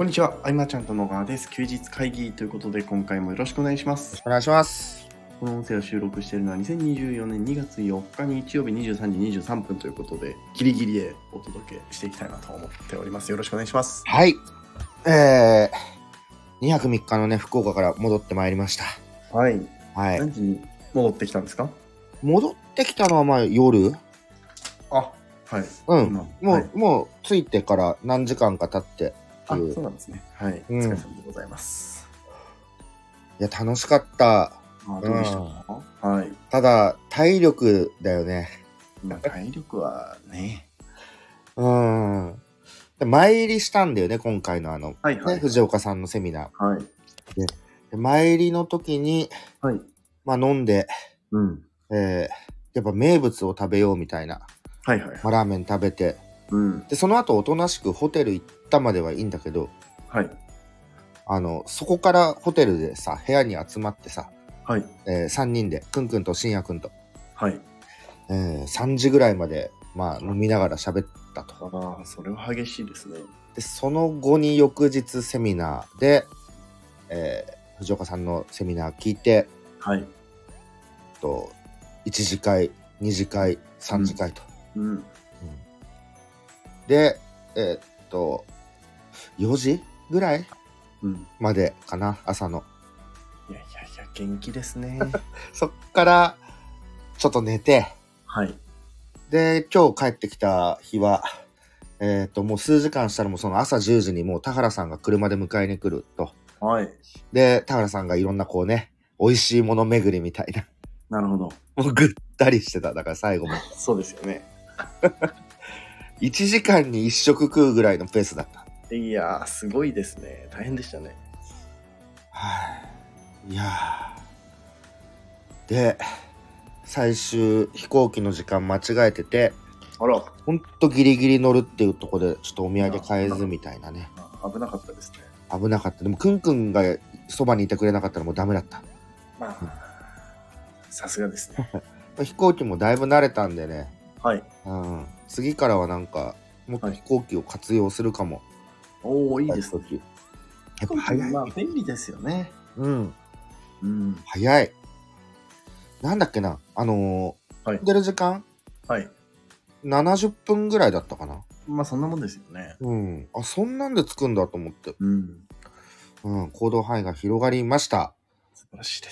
こんにちは、あいまちゃんと野川です。休日会議ということで、今回もよろしくお願いしまよろす。 しくお願いします。 この音声を収録しているのは2024年2月4日日曜日23時23分ということで、ギリギリでお届けしていきたいなと思っております。よろしくお願いします。 はい。2泊3日のね、福岡から戻ってまいりました。 はい。 はい。 何時に戻ってきたんですか？ 戻ってきたのはまあ夜。 あ、はい。 うん。 はい、 もう着いてから何時間か経ってあ、そうなんですね。はい。お疲れ様でございます。 いや、楽しかった。 どうでしたか？はい。 ただ、体力だよね。 体力はね。 で参りしたんだよね、今回のはいはい、 藤岡さんのセミナー。 はい。 で参りの時に、 はい。 まあ飲んで、やっぱ名物を食べようみたいな。 はいはい。 まあ、ラーメン食べて、でその後おとなしくホテル行ったまではいいんだけど、 はい。 そこからホテルでさ、部屋に集まってさ、 はい。 3人で、くんくんとしんやくんと、 はい。 3時ぐらいまで、まあ、飲みながら喋ったと。 ああ、それは激しいですね。 で、その後に翌日セミナーで、藤岡さんのセミナー聞いて、 はい。 1次会、2次会、3次会と。で、4時ぐらいまでかな、朝の。 いやいやいや、元気ですね。 そっからちょっと寝て、 はい。 で今日帰ってきた日はもう数時間したらもうその朝10時にもう田原さんが車で迎えに来ると。 はい。 で田原さんがいろんなこうね、美味しいもの巡りみたいな。 なるほど。 もうぐったりしてた。だから最後もそうですよね。 1時間に1食食うぐらいのペースだった。 いやー、すごいですね。大変でしたね。 はい。いやー。で、最終飛行機の時間間違えてて、 あら。 ほんとギリギリ乗るっていうところで、ちょっとお土産買えずみたいなね。 危なかったですね。 危なかった。でも、くんくんがそばにいてくれなかったらもうダメだった。 まあ、さすがですね。 飛行機もだいぶ慣れたんでね。 はい。 次からはなんか、もっと飛行機を活用するかも。 おー、いいですね。 やっぱ早い。 まあ、便利ですよね。 早い。なんだっけな、出る時間70分ぐらいだったかな。 まあ、そんなもんですよね。 あ、そんなんで着くんだと思って。行動範囲が広がりました。 素晴らしいです。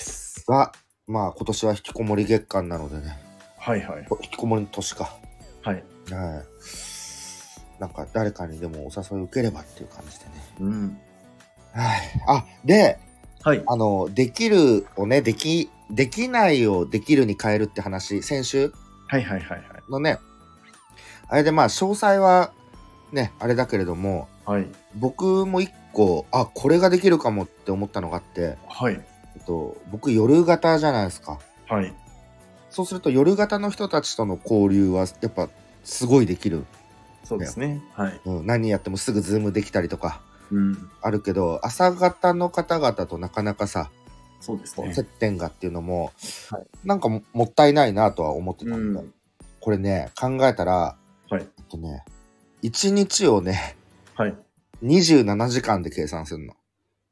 が、まあ今年は引きこもり月間なのでね。 はいはい。 引きこもりの年か。 はい。 なんか誰かにでもお誘い受ければっていう感じでね。 はい。 あ、で、 はい。 できるをね、できないをできるに変えるって話、先週のね、あれでまあ詳細はね、あれだけれども、僕も一個、これができるかもって思ったのがあって、僕夜型じゃないですか。そうすると夜型の人たちとの交流はやっぱすごいできる。 そうですね。 何やってもすぐズームできたりとかあるけど、朝型の方々となかなかさ、 そうですね。 接点がっていうのも、なんかもったいないなとは思ってたんで、これね考えたら、1日をね、27時間で計算するの。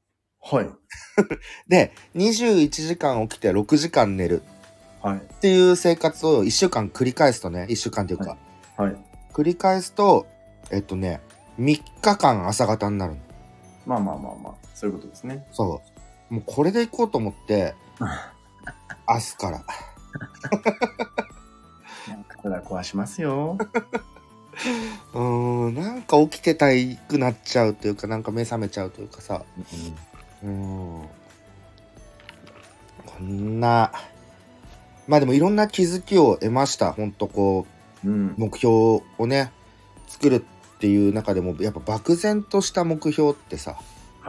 で、21時間起きて6時間寝るっていう生活を1週間繰り返すとね、1週間っていうか、繰り返すと、3日間朝方になるの。 まあ、そういうことですね。 そう。もうこれでいこうと思って、明日から。 体壊しますよ。 なんか起きてたいくなっちゃうというか、なんか目覚めちゃうというかさ。こんな、まあでもいろんな気づきを得ました。ほんとこう、目標をね、作るっていう中でも、やっぱ漠然とした目標ってさ、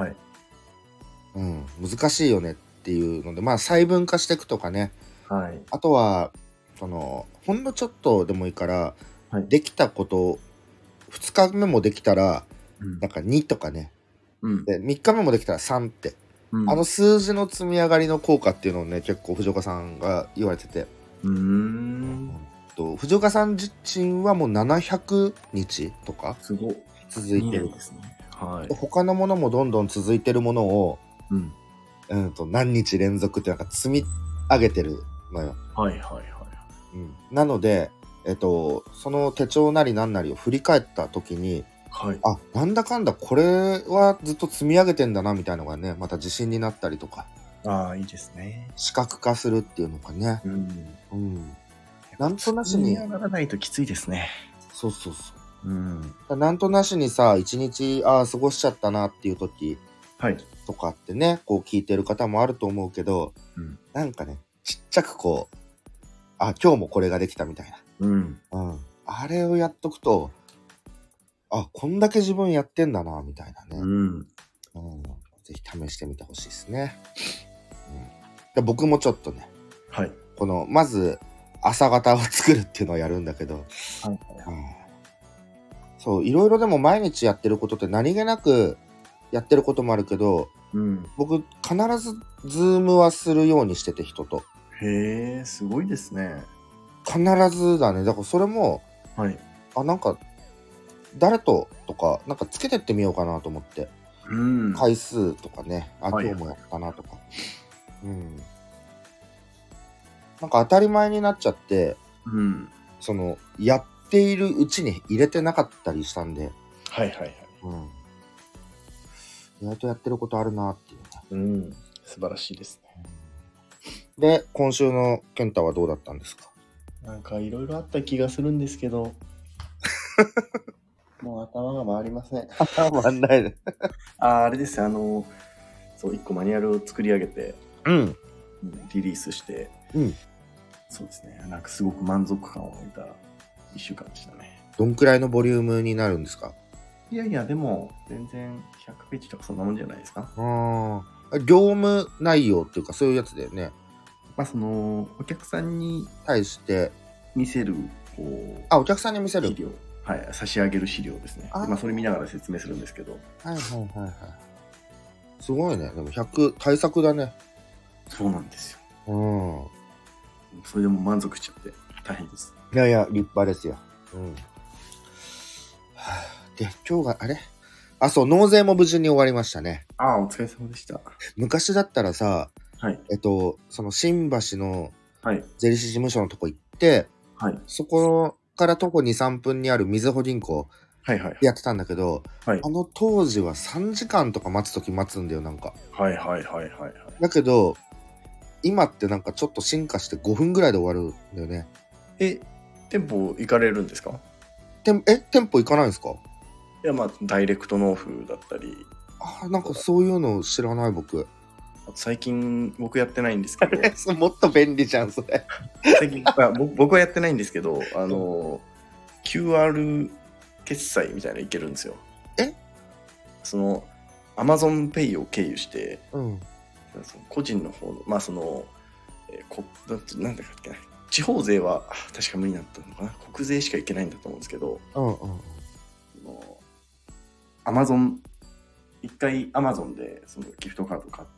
難しいよねっていうので、まあ細分化していくとかね。あとは、ほんのちょっとでもいいから、できたこと、2日目もできたら、なんか2とかね。で、3日目もできたら3って。数字の積み上がりの効果っていうのをね、結構藤岡さんが言われてて。藤岡さん自身はもう700日とかすごい続いてる。 はい。 他のものもどんどん続いてるものを、何日連続ってなんか積み上げてるのよ。 はいはいはい。 なので、その手帳なりなんなりを振り返った時に、なんだかんだこれはずっと積み上げてんだなみたいなのがね、また自信になったりとか。 いいですね。 視覚化するっていうのがね。 なんとなしに上がらないときついですね。 そうそうそう。なんとなしにさ、一日過ごしちゃったなっていう時とかってね、こう聞いてる方もあると思うけど、なんかね、ちっちゃくこう、今日もこれができたみたいな。あれをやっとくと、こんだけ自分やってんだなみたいなね。ぜひ試してみてほしいですね。で僕もちょっとね、このまず朝型を作るっていうのをやるんだけど、そういろいろでも毎日やってることって何気なくやってることもあるけど、僕必ずズームはするようにしてて、人と。 へえ、すごいですね。 必ずだね。だからそれも、なんか誰とかなんかつけてってみようかなと思って、回数とかね、今日もやったなとか、なんか当たり前になっちゃって、そのやっているうちに入れてなかったりしたんで、意外とやってることあるなっていうね。素晴らしいですね。 で、今週の健太はどうだったんですか？ なんかいろいろあった気がするんですけどもう頭が回りません。 回んないね。 あれです。そう1個マニュアルを作り上げて、リリースして、そうですね。なんかすごく満足感を得た1週間でしたね。 どんくらいのボリュームになるんですか？ いやいや、でも全然100ページとかそんなもんじゃないですか。 業務内容っていうかそういうやつだよね。 そのお客さんに対して見せるお客さんに見せる資料、差し上げる資料ですね。それ見ながら説明するんですけど。 すごいね。でも対策だね。 そうなんですよ。それでも満足しちゃって大変です。 いやいや、立派ですよ。で、今日がそう、納税も無事に終わりましたね。 お疲れ様でした。 昔だったらさ、その新橋の税理士事務所のとこ行って、そこから徒歩2、3分にあるみずほ銀行やってたんだけど、当時は3時間とか待つとき待つんだよ、なんか。だけど、今ってなんかちょっと進化して5分ぐらいで終わるんだよね。 店舗行かれるんですか？ 店舗行かないんですか？ いや、ダイレクト納付だったり。 なんかそういうの知らない、僕。 最近僕やってないんですけどもっと便利じゃんそれ。 最近僕はやってないんですけど、QR 決済みたいなのいけるんですよ。その AmazonPay を経由して、その個人の方のなんだっけな、地方税は確か無理だったのかな、国税しかいけないんだと思うんですけど、一回 Amazon でそのギフトカード買って、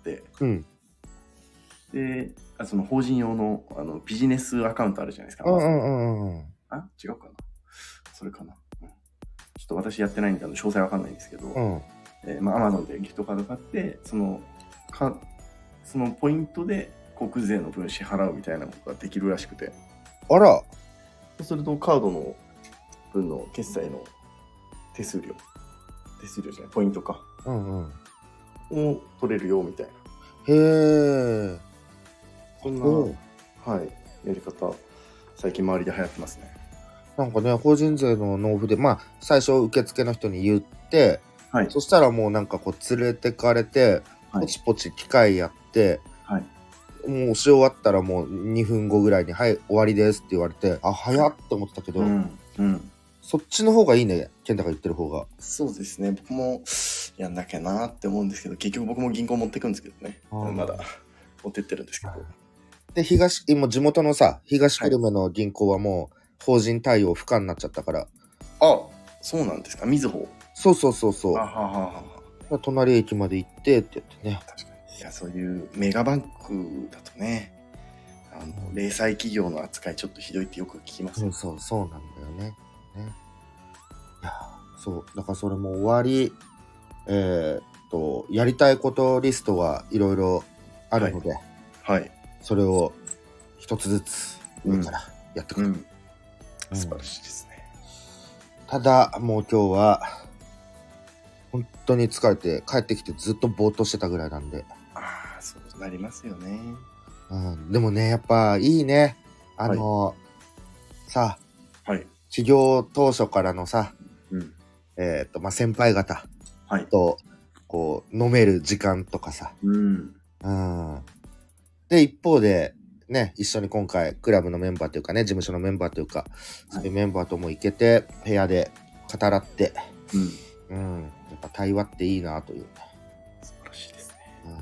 でその法人用のビジネスアカウントあるじゃないですか。違うかな、それかな、ちょっと私やってないんで詳細わかんないんですけど、Amazon でギフトカード買って、そのポイントで国税の分支払うみたいなことができるらしくて、そうするとカードの分の決済の手数料じゃない、ポイントか、を取れるよみたいな。そんなやり方最近周りで流行ってますね。 なんかね、法人税の納付で最初受付の人に言って、そしたらもうなんかこう連れてかれて、ポチポチ機械やって、もうし終わったらもう2分後ぐらいに終わりですって言われて、早っって思ってたけど、そっちの方がいいね、健太が言ってる方が。 そうですね、僕もやんなきゃなって思うんですけど、結局僕も銀行持ってくんですけどね、まだ持ってってるんですけど。で、 今地元のさ、東久留米の銀行はもう法人対応不可になっちゃったから。 そうなんですか、みずほ。 そう。隣駅まで行ってって言ってね。 確かに。いや、そういうメガバンクだとね、零細企業の扱いちょっとひどいってよく聞きますよ。 そうなんだよね。いや、そうだからそれも終わりやりたいことリストがいろいろあるので、 はい。 それを一つずつ上からやってくる。 素晴らしいですね。 ただ、もう今日は、本当に疲れて、帰ってきてずっとぼーっとしてたぐらいなんで。 ああ、そうなりますよね。 でもね、やっぱいいね。さあ、起業当初からのさ、先輩方と、こう、飲める時間とかさ。で、一方で、ね、一緒に今回、クラブのメンバーというかね、事務所のメンバーというか、そういうメンバーとも行けて、部屋で語らって、やっぱ対話っていいなという。 素晴らしいですね。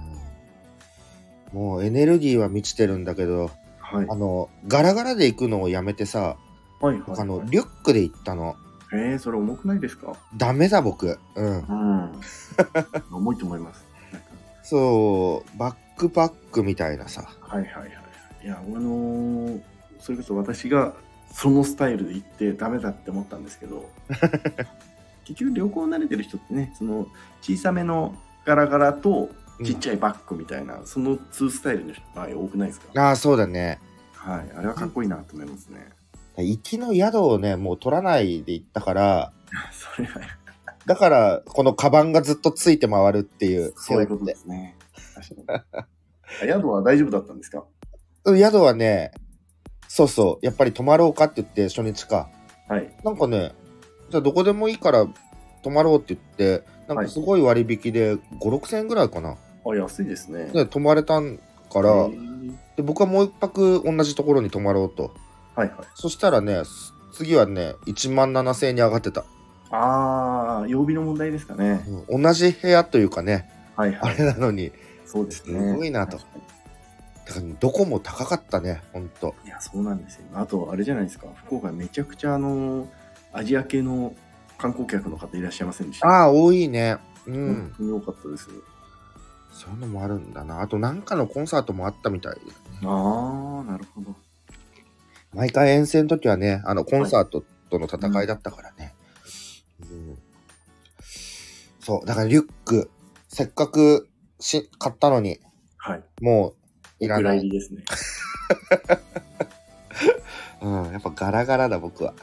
もうエネルギーは満ちてるんだけど、ガラガラで行くのをやめてさ、リュックで行ったの。 それ重くないですか？ ダメだ、僕。 重いと思います。 そう、バックパックみたいなさ。 いや、それこそ私がそのスタイルで行ってダメだって思ったんですけど、結局旅行慣れてる人ってね、その小さめのガラガラとちっちゃいバッグみたいな、その2スタイルの場合多くないですか？ ああ、そうだね。 あれはかっこいいなと思いますね。 行きの宿をね、もう取らないで行ったから、 それはだからこのカバンがずっとついて回るっていう。 そういうことですね。宿は大丈夫だったんですか？ 宿はね、そうそう、やっぱり泊まろうかって言って初日か。なんかね、じゃあどこでもいいから泊まろうって言って、なんかすごい割引で5、6千円ぐらいかな。 安いですね。 で、泊まれたから、で、僕はもう一泊同じところに泊まろうと。そしたらね、次はね、1万7000円に上がってた。 曜日の問題ですかね。 同じ部屋というかね、あれなのに、 そうですね。 すごいなと。だからどこも高かったね、ほんと。 いや、そうなんですよ。あと、あれじゃないですか、福岡めちゃくちゃアジア系の観光客の方いらっしゃいませんでした？ 多いね。 本当に多かったです。 そういうのもあるんだな。あと、なんかのコンサートもあったみたい。 なるほど。 毎回遠征の時はね、コンサートとの戦いだったからね。そう、だからリュック、せっかく買ったのに、もういらない。 お蔵入りですね。 やっぱガラガラだ、僕は。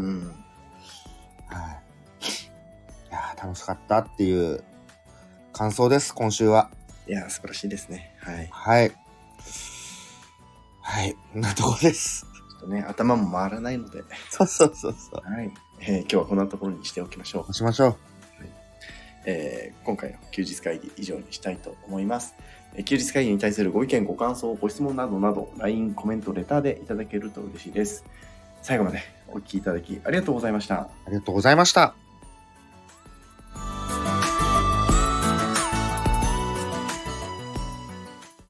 いや、楽しかったっていう感想です、今週は。 いや、素晴らしいですね。 はい。こんなとこです。 ちょっとね、頭も回らないので。 そう。 今日はこんなところにしておきましょう。今回の休日会議以上にしたいと思います。休日会議に対するご意見、ご感想、ご質問などなど、LINE、コメント、レターでいただけると嬉しいです。最後までお聞きいただきありがとうございました。 ありがとうございました。